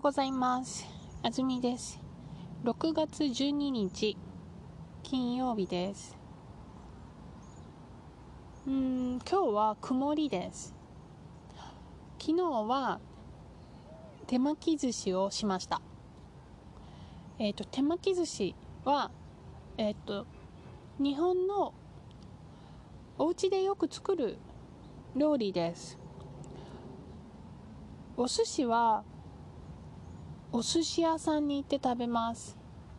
うございます。あずみです。6月12日金曜日です。今日は曇りです。昨日は手巻き寿司をしました。手巻き寿司は日本のお家でよく作る料理です。お寿司はお寿司屋さんに行って食べます。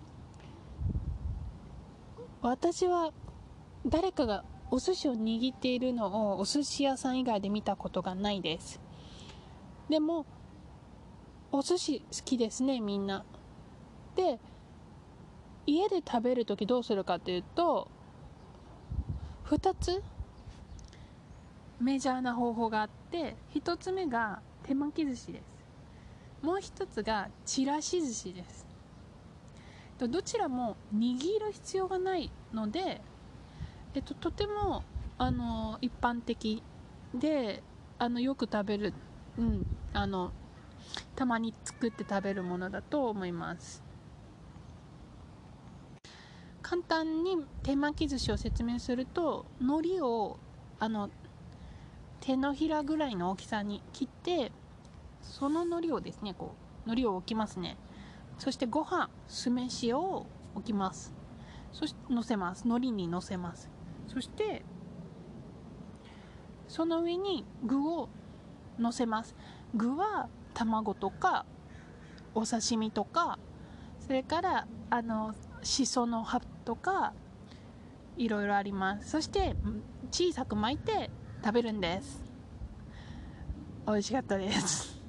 私は誰かがお寿司を握っているのをお寿司屋さん以外で見たことがないです。でもお寿司好きですね、みんな。で、家で食べるときどうするかというと、2つメジャーな方法があって、1つ目が手巻き寿司です。もう1つがちらし寿司です。どちらも握る必要がないので、とても一般的でよく食べる、たまに作って食べるものだと思います。簡単に手巻き寿司を説明すると、海苔を手のひらぐらいの大きさに切って、その海苔をですね、海苔を置きますね。そしてご飯、酢飯を置きます。そして乗せます。海苔に乗せます。そしてその上に具を乗せます。具は卵とかお刺身とか、それからしその葉とかいろいろあります。そして小さく巻いて食べるんです。美味しかったです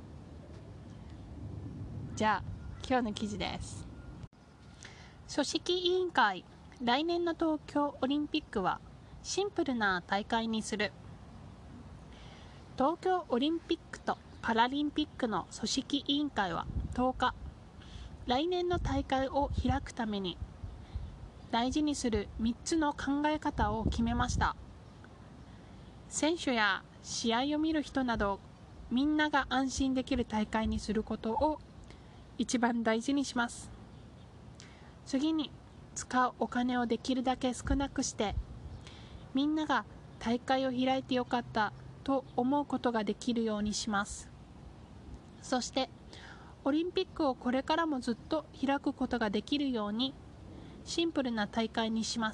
じゃあ今日の記事です。組織委員会、来年の東京オリンピックはシンプルな大会にする。東京オリンピックとパラリンピックの組織委員会は10日、来年の大会を開くために大事にする3つの考え方を決めました。選手や試合を見る人など、みんなが安心できる大会にすることを一番大事にします。次に、使うお金をできるだけ少なくして、みんなが大会を開いてよかったと思うことができるようにします。そして、オリンピックをこれからもずっと開くことができるように、シンプルな大会にします。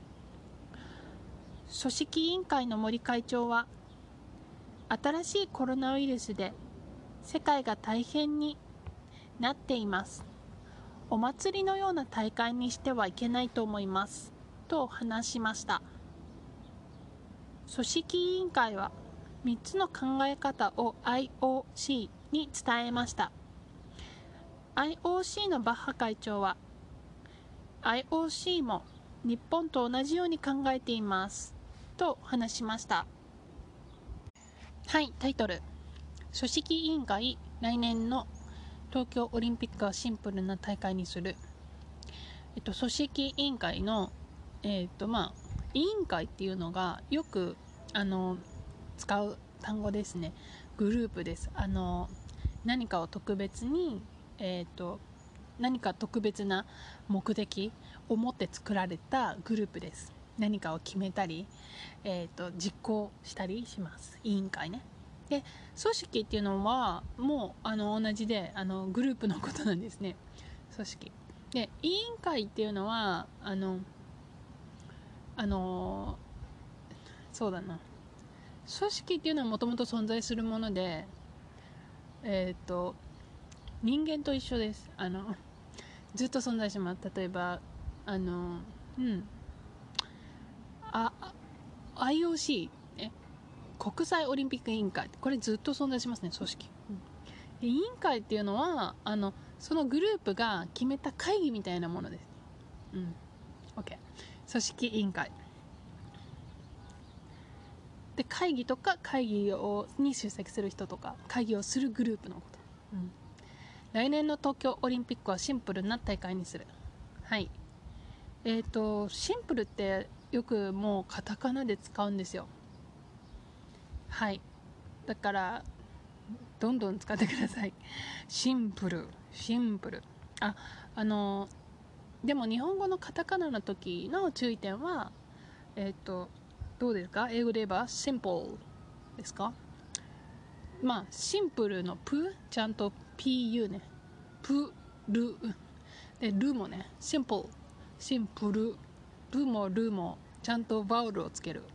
組織委員会の森会長は、新しいコロナウイルスで世界が大変になっています。お祭りのような大会にしてはいけないと思いますと話しました。組織委員会は3つの考え方を IOC に伝えました。 IOC のバッハ会長は、 IOC も日本と同じように考えていますと話しました。はい、タイトル、組織委員会、来年の東京オリンピックはシンプルな大会にする。組織委員会の、委員会っていうのがよく使う単語ですね。グループです。何かを特別に、何か特別な目的を持って作られたグループです。何かを決めたり、実行したりします。委員会ね。で、組織っていうのはもう同じでグループのことなんですね。組織で、委員会っていうのはそうだな、組織っていうのはもともと存在するもので、人間と一緒です。ずっと存在します。例えばIOC、国際オリンピック委員会、これずっと存在しますね、組織。委員会っていうのはそのグループが決めた会議みたいなものです。OK。組織委員会で、会議とか会議に出席する人とか会議をするグループのこと。来年の東京オリンピックはシンプルな大会にする。はい。シンプルってよくもうカタカナで使うんですよ。はい。だからどんどん使ってください。シンプル。でも日本語のカタカナの時の注意点は、どうですか？英語で言えば simple ですか？まあシンプルのプちゃんと PU ね、プルでルもね、シンプルルもちゃんとバウルをつける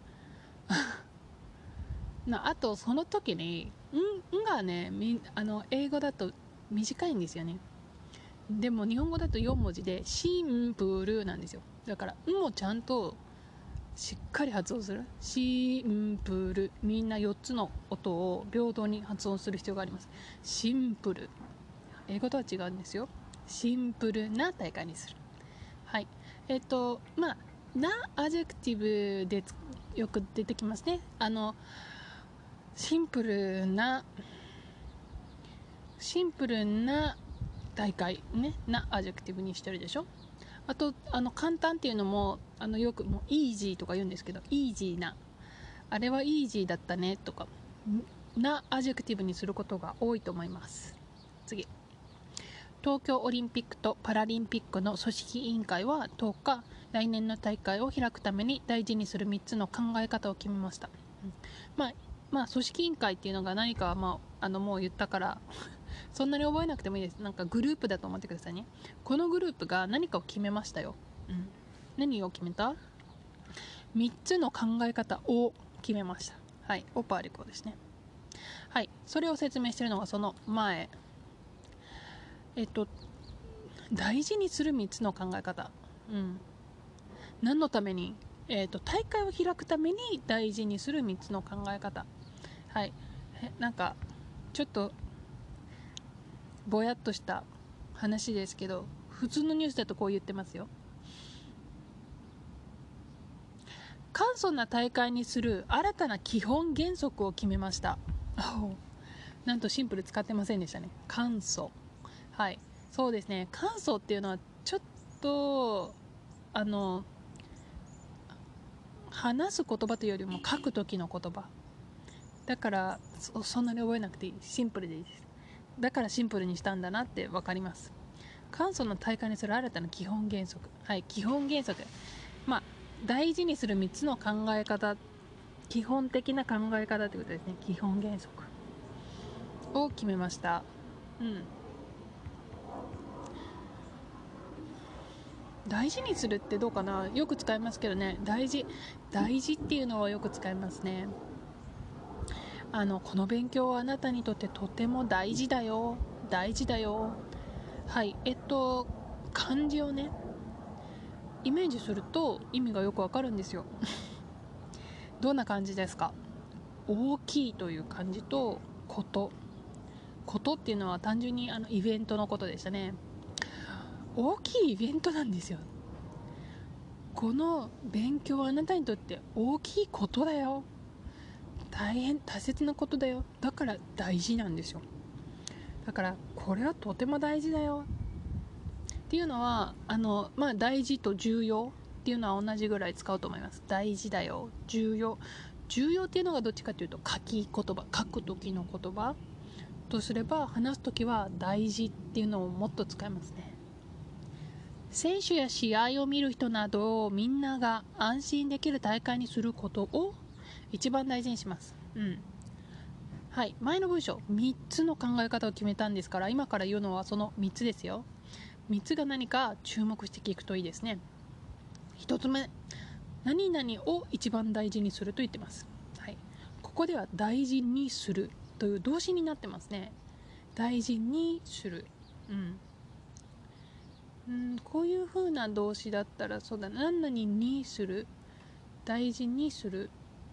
あとその時にんがね、英語だと短いんですよね。でも日本語だと4文字でシンプルなんですよ。だからんもちゃんとしっかり発音する。シンプル、みんな4つの音を平等に発音する必要があります。シンプル、英語とは違うんですよ。シンプルな大会にする。はい。まあなアジェクティブでよく出てきますね。シンプルな大会ね、なアジェクティブにしてるでしょ。あと簡単っていうのもよくもうイージーとか言うんですけど、イージーな、あれはイージーだったねとかなアジェクティブにすることが多いと思います。次、東京オリンピックとパラリンピックの組織委員会は10日、来年の大会を開くために大事にする3つの考え方を決めました。まあ組織委員会っていうのが何かは、もう言ったからそんなに覚えなくてもいいです。なんかグループだと思ってくださいね。このグループが何かを決めましたよ。何を決めた？ 3 つの考え方を決めました。はい、オパーリコですね。はい、それを説明しているのがその前。大事にする3つの考え方。何のために？大会を開くために大事にする3つの考え方。はい、なんかちょっとぼやっとした話ですけど、普通のニュースだとこう言ってますよ。簡素な大会にする新たな基本原則を決めました。なんとシンプル使ってませんでしたね。簡素。はい、そうですね。簡素っていうのはちょっと話す言葉というよりも書く時の言葉だから、そんなに覚えなくていい。シンプルでいいです。だからシンプルにしたんだなって分かります。簡素な大会にする新たな基本原則。はい、基本原則。大事にする3つの考え方、基本的な考え方ということですね。基本原則を決めました。大事にするってどうかな。よく使いますけどね。大事っていうのはよく使いますね。この勉強はあなたにとってとても大事だよ。はい、漢字をねイメージすると意味がよくわかるんですよどんな感じですか？大きいという漢字とことっていうのは単純にイベントのことでしたね。大きいイベントなんですよ。この勉強はあなたにとって大きいことだよ。大切なことだよ。だから大事なんですよ。だからこれはとても大事だよっていうのは大事と重要っていうのは同じぐらい使うと思います。大事だよ、重要っていうのがどっちかというと書く時の言葉とすれば、話す時は大事っていうのをもっと使いますね。選手や試合を見る人などみんなが安心できる大会にすることを一番大事にします。はい、前の文章3つの考え方を決めたんですから、今から言うのはその3つですよ。3つが何か注目して聞くといいですね。1つ目、何々を一番大事にすると言ってます。はい、ここでは大事にするという動詞になってますね。大事にする。こういう風な動詞だったらそうだ、何々にする、大事にする、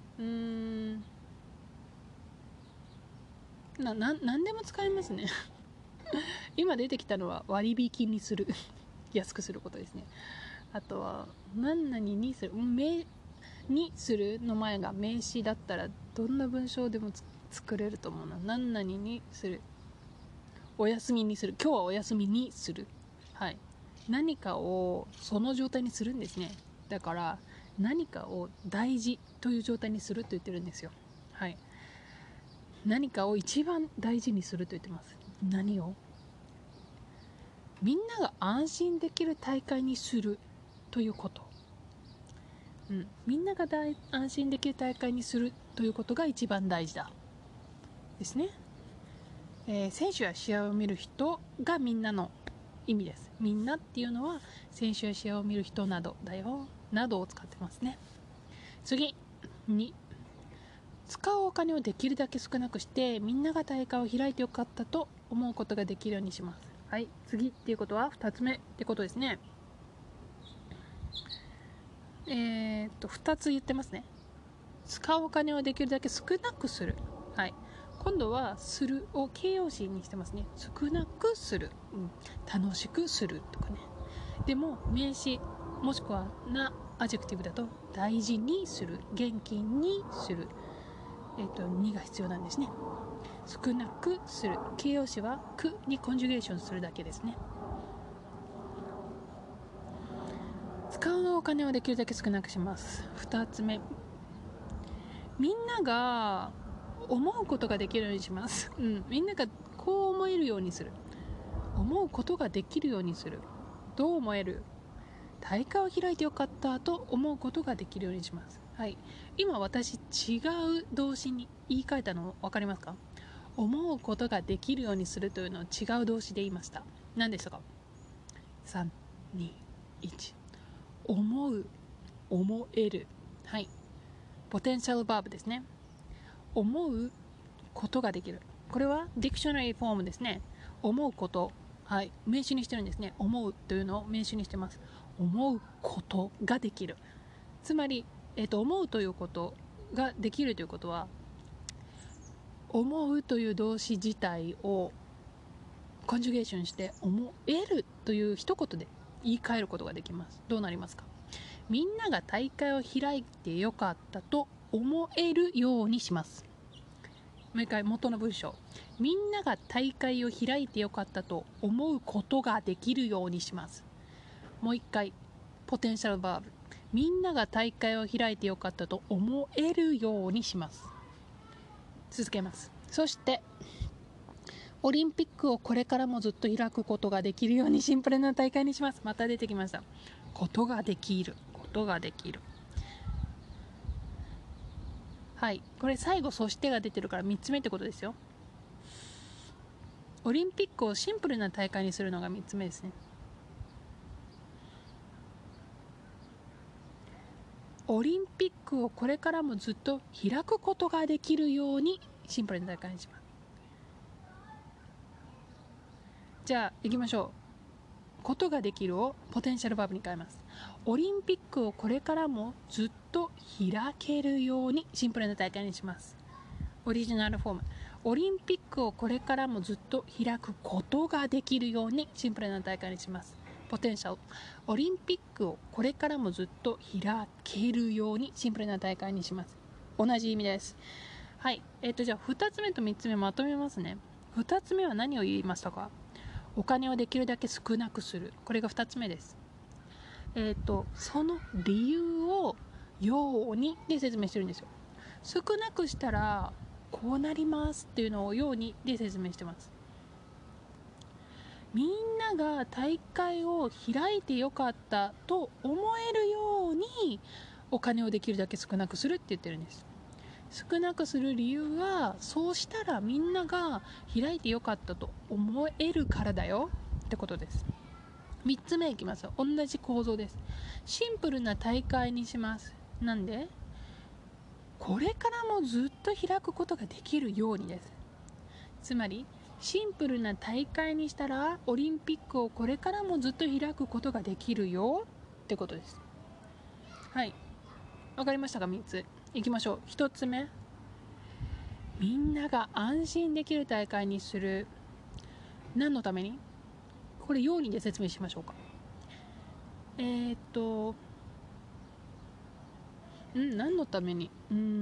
何でも使えますね今出てきたのは割引にする安くすることですね。あとは何々にする、にするの前が名詞だったらどんな文章でも作れると思うな。何々にする、お休みにする、今日はお休みにする。はい、何かをその状態にするんですね。だから何かを大事という状態にすると言ってるんですよ。はい、 何かを一番大事にすると言ってます。何を？みんなが安心できる大会にするということ。みんなが安心できる大会にするということが一番大事だですね。選手や試合を見る人がみんなの意味です。みんなっていうのは選手や試合を見る人などだよ、などを使ってますね。次2、使うお金をできるだけ少なくしてみんなが大会を開いてよかったと思うことができるようにします。はい、次っていうことは2つ目ってことですね。2つ言ってますね。使うお金をできるだけ少なくする。はい、今度はするを形容詞にしてますね。少なくする、楽しくするとかね。でも名詞もしくはなアジェクティブだと大事にする、元気にする、にが必要なんですね。少なくする、形容詞はくにコンジュゲーションするだけですね。使うお金をできるだけ少なくします。2つ目、みんなが思うことができるようにします。みんながこう思えるようにする、思うことができるようにする。どう思える？大会を開いてよかったと思うことができるようにします。はい、今私違う動詞に言い換えたの分かりますか？思うことができるようにするというのを違う動詞で言いました。何でしたか？3、2、1。思う、思える。はい、ポテンシャルバーブですね。思うことができる、これはディクショナリーフォームですね。思うこと、はい、名詞にしてるんですね。思うというのを名詞にしてます。思うことができる、つまり、思うということができるということは、思うという動詞自体をコンジュゲーションして思えるという一言で言い換えることができます。どうなりますか？みんなが大会を開いてよかったと思えるようにします。もう一回元の文章、みんなが大会を開いてよかったと思うことができるようにします。もう一回、ポテンシャルバーブ、みんなが大会を開いてよかったと思えるようにします。続けます。そしてオリンピックをこれからもずっと開くことができるようにシンプルな大会にします。また出てきました。ことができる、ことができる。はい、これ最後そしてが出てるから3つ目ってことですよ。オリンピックをシンプルな大会にするのが3つ目ですね。オリンピックをこれからもずっと開くことができるようにシンプルな大会にします。じゃあ行きましょう。ことができるをポテンシャルバーブに変えます。オリンピックをこれからもずっと開けるようにシンプルな大会にします。オリジナルフォーム、オリンピックをこれからもずっと開くことができるようにシンプルな大会にします。ポテンシャル、オリンピックをこれからもずっと開けるようにシンプルな大会にします。同じ意味です。はい、じゃあ2つ目と3つ目まとめますね。2つ目は何を言いましたか？お金をできるだけ少なくする、これが2つ目です。その理由をようにで説明してるんですよ。少なくしたらこうなりますっていうのをようにで説明してます。みんなが大会を開いてよかったと思えるようにお金をできるだけ少なくするって言ってるんです。少なくする理由は、そうしたらみんなが開いてよかったと思えるからだよってことです。3つ目いきます。同じ構造です。シンプルな大会にします。なんで？これからもずっと開くことができるようにです。つまりシンプルな大会にしたらオリンピックをこれからもずっと開くことができるよってことです。はい、わかりましたか？3ついきましょう。1つ目、みんなが安心できる大会にする。何のために？これようにで説明しましょうか。何のために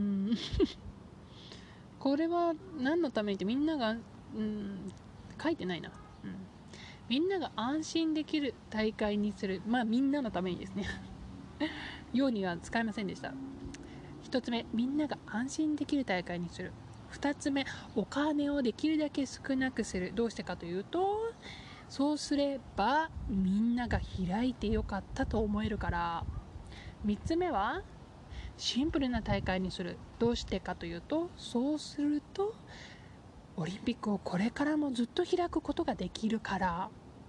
これは何のためにってみんなが書いてないな。みんなが安心できる大会にする、みんなのためにですねようには使いませんでした。1つ目、みんなが安心できる大会にする。 2つ目、お金をできるだけ少なくする。どうしてかというと、そうすればみんなが開いてよかったと思えるから。3つ目はシンプルな大会にする。どうしてかというと、そうするとオリンピックをこれからもずっと開くことができるから。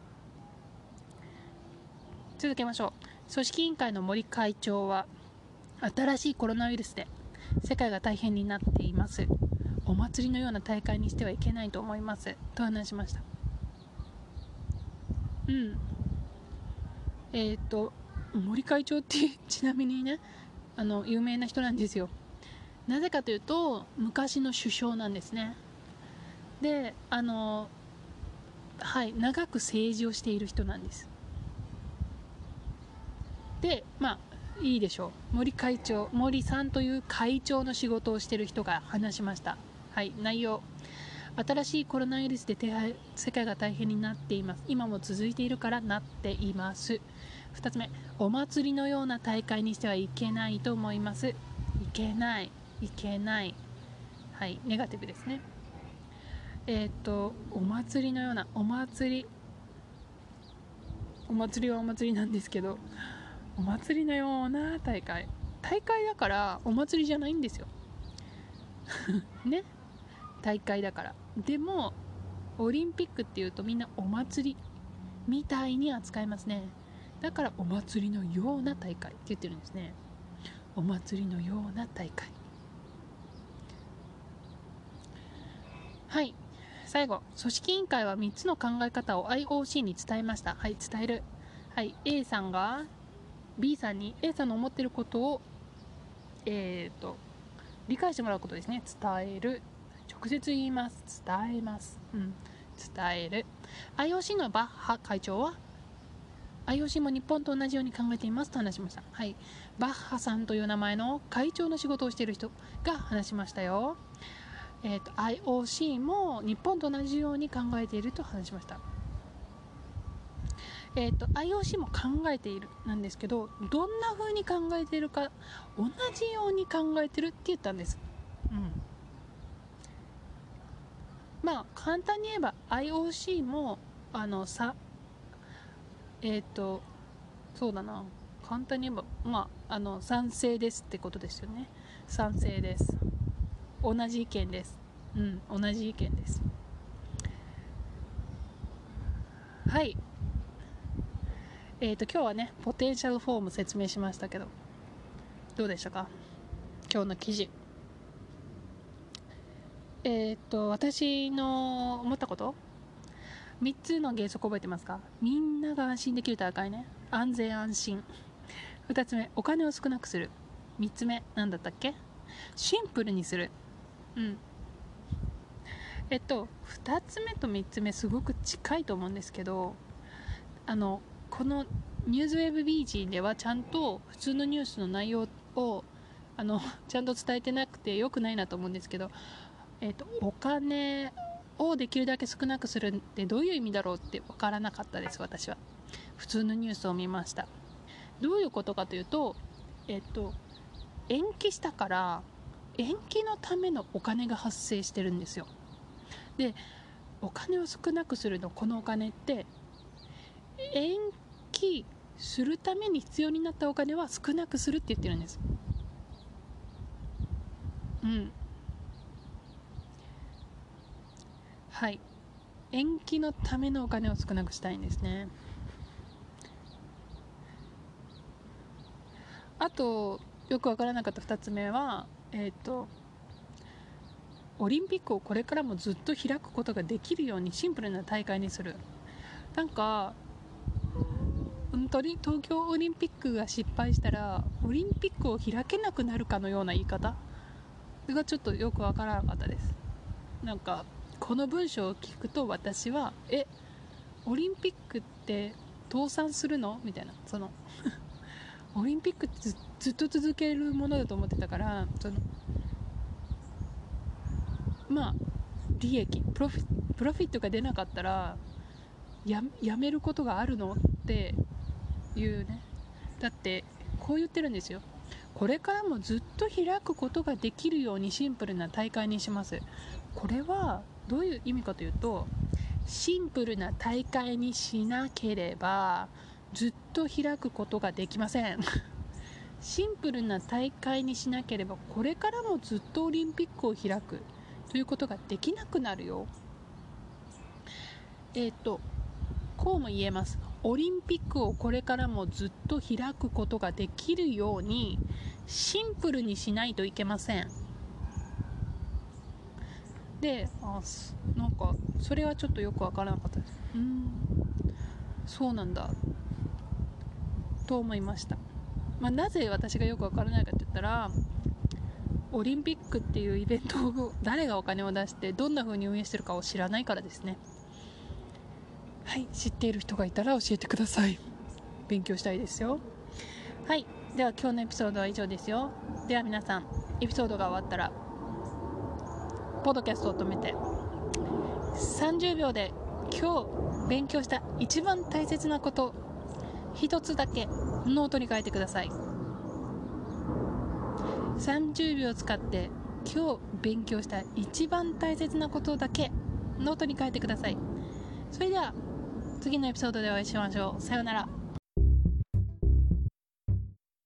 続けましょう。組織委員会の森会長は、新しいコロナウイルスで世界が大変になっています。お祭りのような大会にしてはいけないと思いますと話しました。森会長ってちなみにね、有名な人なんですよ。なぜかというと、昔の首相なんですね。で、長く政治をしている人なんです。で、いいでしょう。森さんという会長の仕事をしている人が話しました。内容。新しいコロナウイルスで世界が大変になっています。今も続いているからなっています。2つ目、お祭りのような大会にしてはいけないと思います。いけない。ネガティブですね。お祭りのような、お祭りはお祭りなんですけど、お祭りのような大会だからお祭りじゃないんですよね、大会だから。でもオリンピックっていうとみんなお祭りみたいに扱いますね。だからお祭りのような大会って言ってるんですね。お祭りのような大会。最後、組織委員会は3つの考え方を IOC に伝えました。伝える。A さんが B さんに A さんの思っていることを理解してもらうことですね。伝える。直接言います。伝えます。伝える。 IOC のバッハ会長は IOC も日本と同じように考えていますと話しました。バッハさんという名前の会長の仕事をしている人が話しましたよ。IOC も日本と同じように考えていると話しました。IOC も考えているなんですけど、どんな風に考えているか、同じように考えてるって言ったんです。簡単に言えば IOC もそうだな、簡単に言えば賛成ですってことですよね。賛成です。同じ意見です。同じ意見です。今日はね、ポテンシャルフォーム説明しましたけど、どうでしたか、今日の記事。私の思ったこと、3つの原則覚えてますか？みんなが安心できる大会ね。安全安心。2つ目、お金を少なくする。3つ目、なんだったっけ？シンプルにする。2つ目と3つ目すごく近いと思うんですけど、このニューズウェブ BG ではちゃんと普通のニュースの内容をちゃんと伝えてなくて良くないなと思うんですけど、お金をできるだけ少なくするってどういう意味だろうって分からなかったです。私は普通のニュースを見ました。どういうことかというと、延期したから延期のためのお金が発生してるんですよ。で、お金を少なくするの、このお金って延期するために必要になったお金は少なくするって言ってるんです。延期のためのお金を少なくしたいんですね。あとよくわからなかった2つ目は、オリンピックをこれからもずっと開くことができるようにシンプルな大会にする。なんか東京オリンピックが失敗したらオリンピックを開けなくなるかのような言い方がちょっとよくわからなかったです。なんかこの文章を聞くと私はオリンピックって倒産するのみたいな、オリンピックってずっと続けるものだと思ってたから、利益プロフィットが出なかったらやめることがあるのっていうね。だってこう言ってるんですよ。 これからもずっと開くことができるようにシンプルな大会にします。これはどういう意味かというと、シンプルな大会にしなければずっと開くことができません。シンプルな大会にしなければこれからもずっとオリンピックを開くということができなくなるよ。こうも言えます。オリンピックをこれからもずっと開くことができるようにシンプルにしないといけません。で、なんかそれはちょっとよくわからなかったです。そうなんだと思いました。なぜ私がよくわからないかって言ったら、オリンピックっていうイベントを誰がお金を出してどんな風に運営してるかを知らないからですね。はい、知っている人がいたら教えてください。勉強したいですよ。はい、では今日のエピソードは以上ですよ。では皆さん、エピソードが終わったらポッドキャストを止めて30秒で今日勉強した一番大切なこと一つだけノートに書いてください。30秒使って今日勉強した一番大切なことだけノートに書いてください。それでは次のエピソードでお会いしましょう。さようなら。